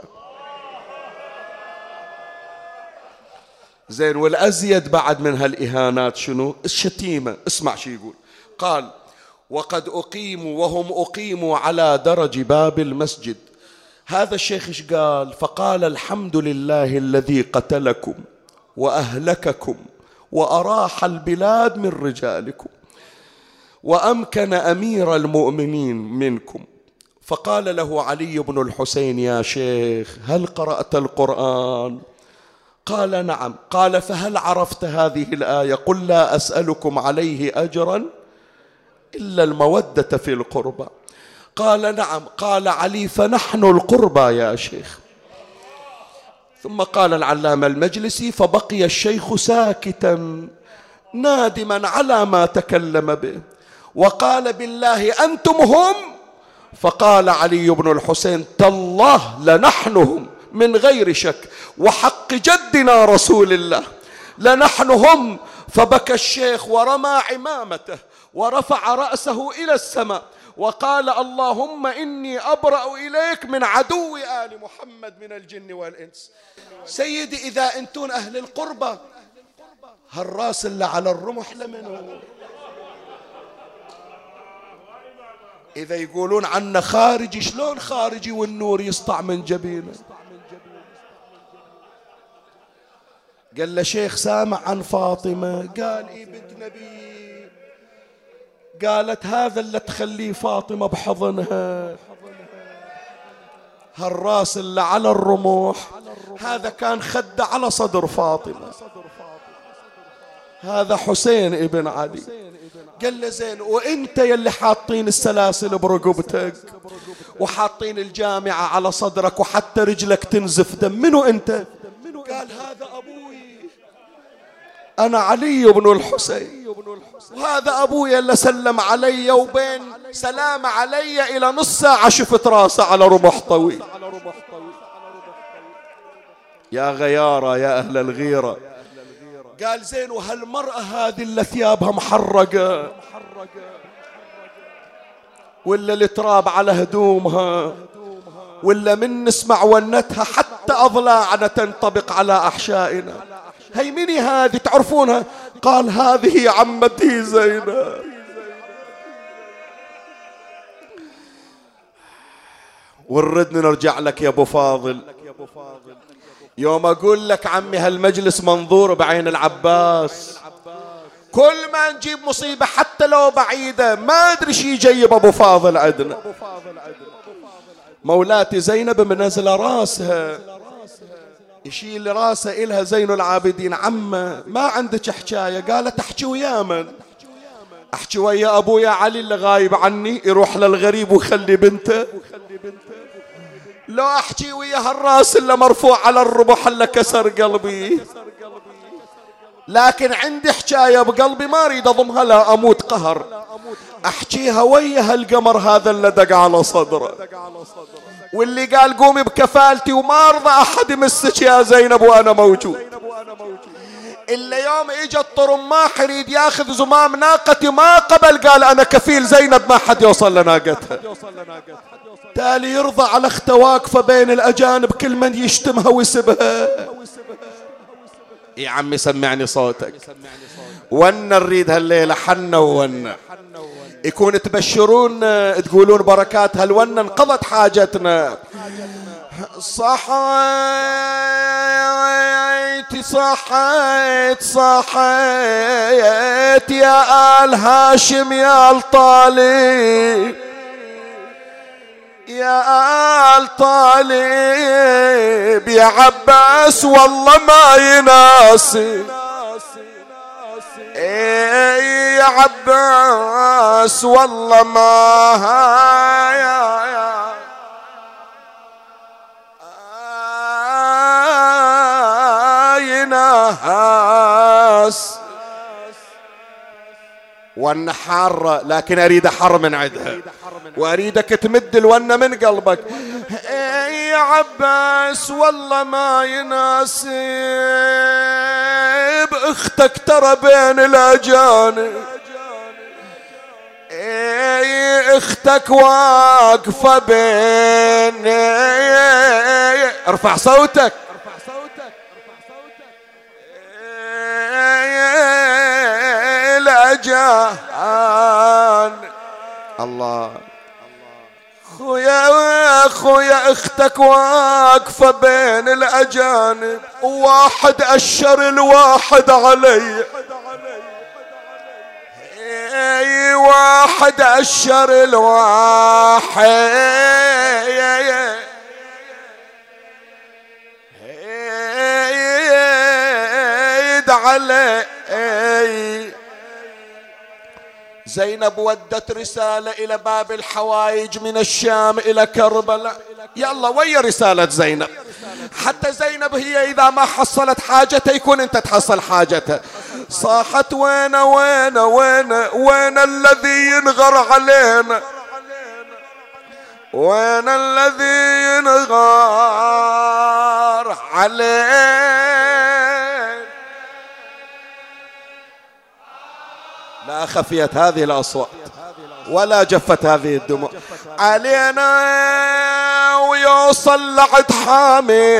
زين، والأزيد بعد من هالإهانات شنو؟ الشتيمة. اسمع شو يقول. قال: وقد أقيموا وهم أقيموا على درج باب المسجد. هذا الشيخ ايش قال؟ فقال: الحمد لله الذي قتلكم وأهلككم وأراح البلاد من رجالكم وأمكن أمير المؤمنين منكم. فقال له علي بن الحسين: يا شيخ هل قرأت القرآن؟ قال: نعم. قال: فهل عرفت هذه الآية: قل لا أسألكم عليه أجرا إلا المودة في القربى؟ قال: نعم. قال علي: فنحن القربى يا شيخ. ثم قال العلامة المجلسي: فبقي الشيخ ساكتا نادما على ما تكلم به، وقال: بالله أنتم هم؟ فقال علي بن الحسين: تالله لنحن هم من غير شك، وحق جدنا رسول الله لنحن هم. فبكى الشيخ ورمى عمامته ورفع رأسه إلى السماء وقال: اللهم إني أبرأ إليك من عدو آل محمد من الجن والإنس. سيدي إذا أنتون أهل القربة، هالراس اللي على الرمح لمنه؟ إذا يقولون عنا خارجي، شلون خارجي والنور يسطع من جبينه؟ قال له: شيخ سامع عن فاطمة؟ قال: إيه بنت نبي. قالت: هذا اللي تخليه فاطمة بحضنها، هالراس اللي على الرمح هذا كان خده على صدر فاطمة، هذا حسين ابن علي. قال له: زين، وانت يلي حاطين السلاسل برقبتك وحاطين الجامعة على صدرك وحتى رجلك تنزف دم، منو انت؟ قال: هذا ابوي، انا علي بن الحسين، وهذا ابوي اللي سلم علي، وبين سلام علي الى نص ساعة شفت راسه على رمح طويل. يا غيارة يا اهل الغيرة. قال: زين، وهالمرأة هذه اللي ثيابها محرقة ولا التراب على هدومها ولا من نسمع ونتها حتى أضلاعنا تنطبق على أحشائنا، هي مني هذه تعرفونها؟ قال: هذه عمتي زينب. ونرد نرجع لك يا أبو فاضل، يوم أقول لك عمي هالمجلس منظور بعين العباس، كل ما نجيب مصيبة حتى لو بعيدة ما أدري شي يجيب أبو فاضل عندنا. مولاتي زينب منزلة راسها، يشيل راسه إلها زين العابدين: عمه ما عندك حكاية؟ قالت: أحكي ويا من؟ أحكي ويا أبويا علي اللي غايب عني، يروح للغريب ويخلي بنته؟ لو أحكي ويا هالراس اللي مرفوع على الربح اللي كسر قلبي، لكن عندي حكاية بقلبي ما أريد أضمها لا أموت قهر، أحكيها ويا هالقمر هذا اللي دق على صدره واللي قال قومي بكفالتي وما أرضى أحد يمسك يا زينب وأنا موجود. إلا يوم إجا الطرماح يريد ياخذ زمام ناقتي ما قبل، قال: أنا كفيل زينب ما حد يوصل لناقتها. تالي يرضى على اخته واقفة بين الأجانب كل من يشتمها ويسبها. يا عمي سمعني صوتك، ونا نريد هالليلة حنا ونا يكون تبشرون تقولون بركات هالونا انقضت حاجتنا. صحيت صحيت صحيت يا آل هاشم يا آل طالب يا آل طالب يا عباس والله ما يناسي يا عباس والله ما يناس. ون حارة لكن أريد حر من عدها، وأريدك تمد الونة من قلبك. يا عباس والله ما يناسب اختك ترى بين الأجانب، اختك واقفة بين، ارفع صوتك، الأجان. الله خويا خويا اختك واقفة بين الأجانب، وواحد أشر الواحد علي، واحد أشر الواحد علي. زينب ودت رسالة إلى باب الحوايج من الشام إلى كربلاء. يلا ويا رسالة زينب، حتى زينب هي إذا ما حصلت حاجتها يكون أنت تحصل حاجتها. صاحت وين وين وين وين الذي ينغر علينا، وين الذي ينغر علينا. لا خفيت هذه الأصوات ولا جفت هذه الدموع علينا، ويوصل لعد حامي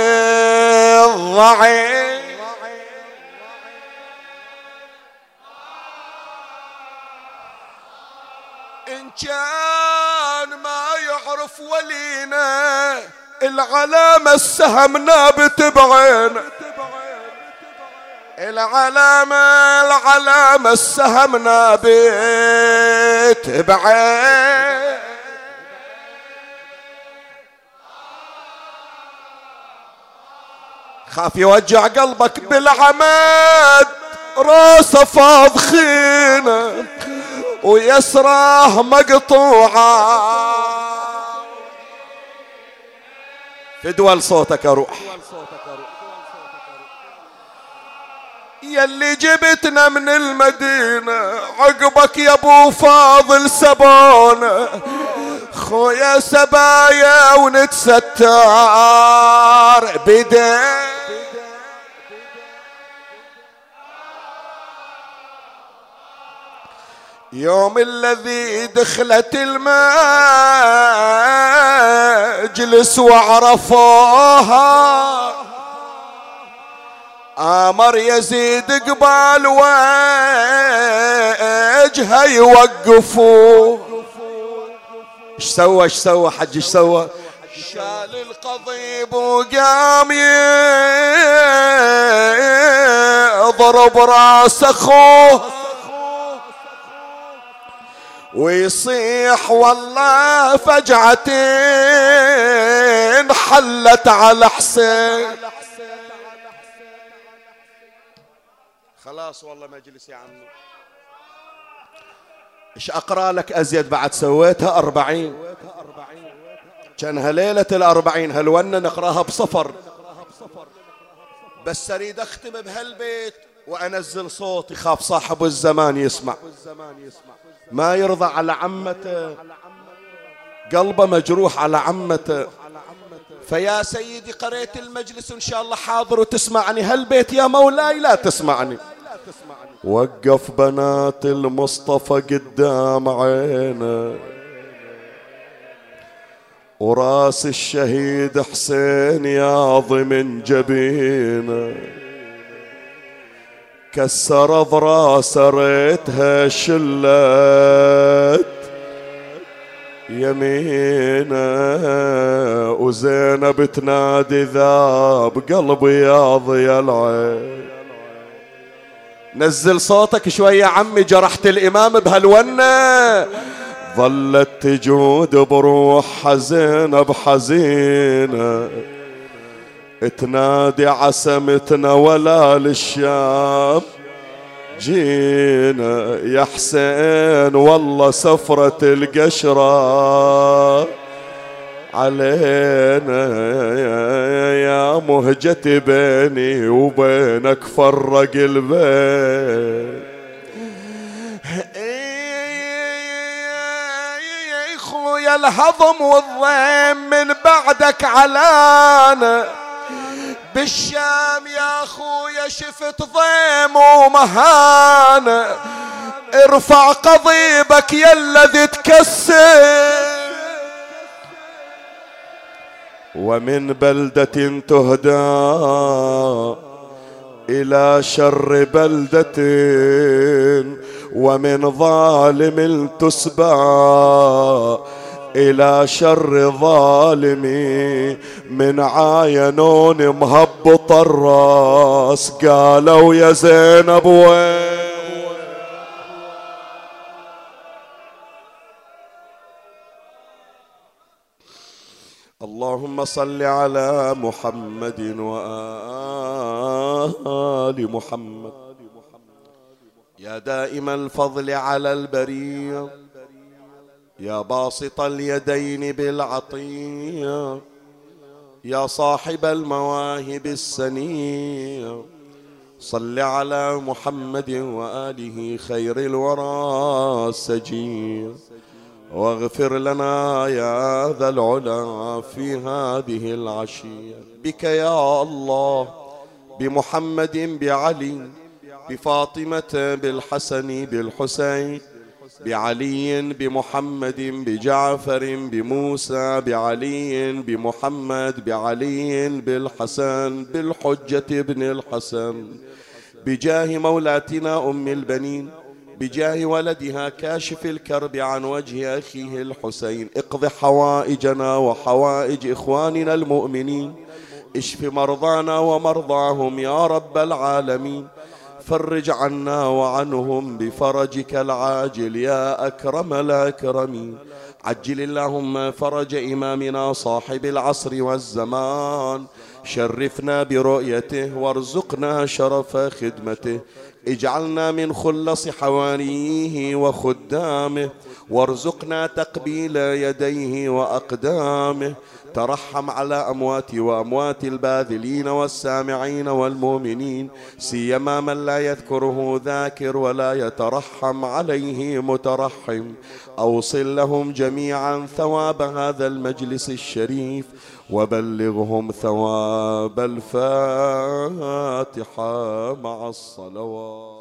الضعيف. إن كان ما يعرف ولينا العلامة السهم نابت بعينه، العلامة السهم نابت بعين. خاف يوجع قلبك بالعمد، راسه فاض خينه ويسراه مقطوعه. فدوى لصوتك اروح يلي جبتنا من المدينة، عقبك يا ابو فاضل سبونا، خويا سبايا ونتستار بدين. يوم الذي دخلت المجلس وعرفوها، امر يزيد قبال وجهه يوقفوا. ايش سوى حج؟ ايش سوى؟ شال القضيب وقام يضرب راس اخوه ويصيح والله فجعتين حلت على حسين. خلاص والله مجلس يا عمي. ايش اقرا لك ازيد بعد؟ سويتها 40 كانها ليلة 40 هالونة نقراها بصفر. بس اريد اختم بهالبيت وانزل صوتي، خاف صاحب الزمان يسمع، ما يرضى على عمته، قلبه مجروح على عمته. فيا سيدي قريت المجلس وإن شاء الله حاضر وتسمعني هالبيت يا مولاي، لا تسمعني. وقف بنات المصطفى قدام عينه، وراس الشهيد حسين ياضي من جبينه، كسر ضراس ريتها شلت يمينه، وزينب تنادي ذاب قلبي يا ضيا العين. نزل صوتك شوي يا عمي، جرحت الإمام بهالونة. ظلت تجود بروح زينب حزينة، تنادي عسمتنا ولا للشام جينا، يا حسين والله سفرة القشرة علينا، يا مهجتي بيني وبينك فرق البيت. خويا الهضم والضيم من بعدك علانا، بالشام يا خويا شفت ضيم ومهانة، ارفع قضيبك يا الذي تكسر، ومن بلدة تهدى إلى شر بلدة، ومن ظالم تسبى إلى شر ظالمي، من عاينون مهبط الراس قالوا يا زينب وين. اللهم صل على محمد وآل محمد، يا دائم الفضل على البرية، يا باسط اليدين بالعطية، يا صاحب المواهب السنية صل على محمد وآله خير الورى السجير، واغفر لنا يا ذا العلا في هذه العشية. بك يا الله بمحمد بعلي بفاطمة بالحسن بالحسين بعلي بمحمد بجعفر بموسى بعلي بمحمد بعلي بالحسن بالحجة بن الحسن، بجاه مولاتنا أم البنين، بجاه ولدها كاشف الكرب عن وجه أخيه الحسين. اقض حوائجنا وحوائج إخواننا المؤمنين، اشف مرضانا ومرضاهم يا رب العالمين، فرج عنا وعنهم بفرجك العاجل يا أكرم الأكرمين. عجل اللهم فرج إمامنا صاحب العصر والزمان، شرفنا برؤيته وارزقنا شرف خدمته، اجعلنا من خلص حواريه وخدامه، وارزقنا تقبيل يديه وأقدامه. ترحم على أموات وأموات الباذلين والسامعين والمؤمنين، سيما من لا يذكره ذاكر ولا يترحم عليه مترحم. أوصل لهم جميعا ثواب هذا المجلس الشريف، وبلغهم ثواب الفاتحة مع الصلوات.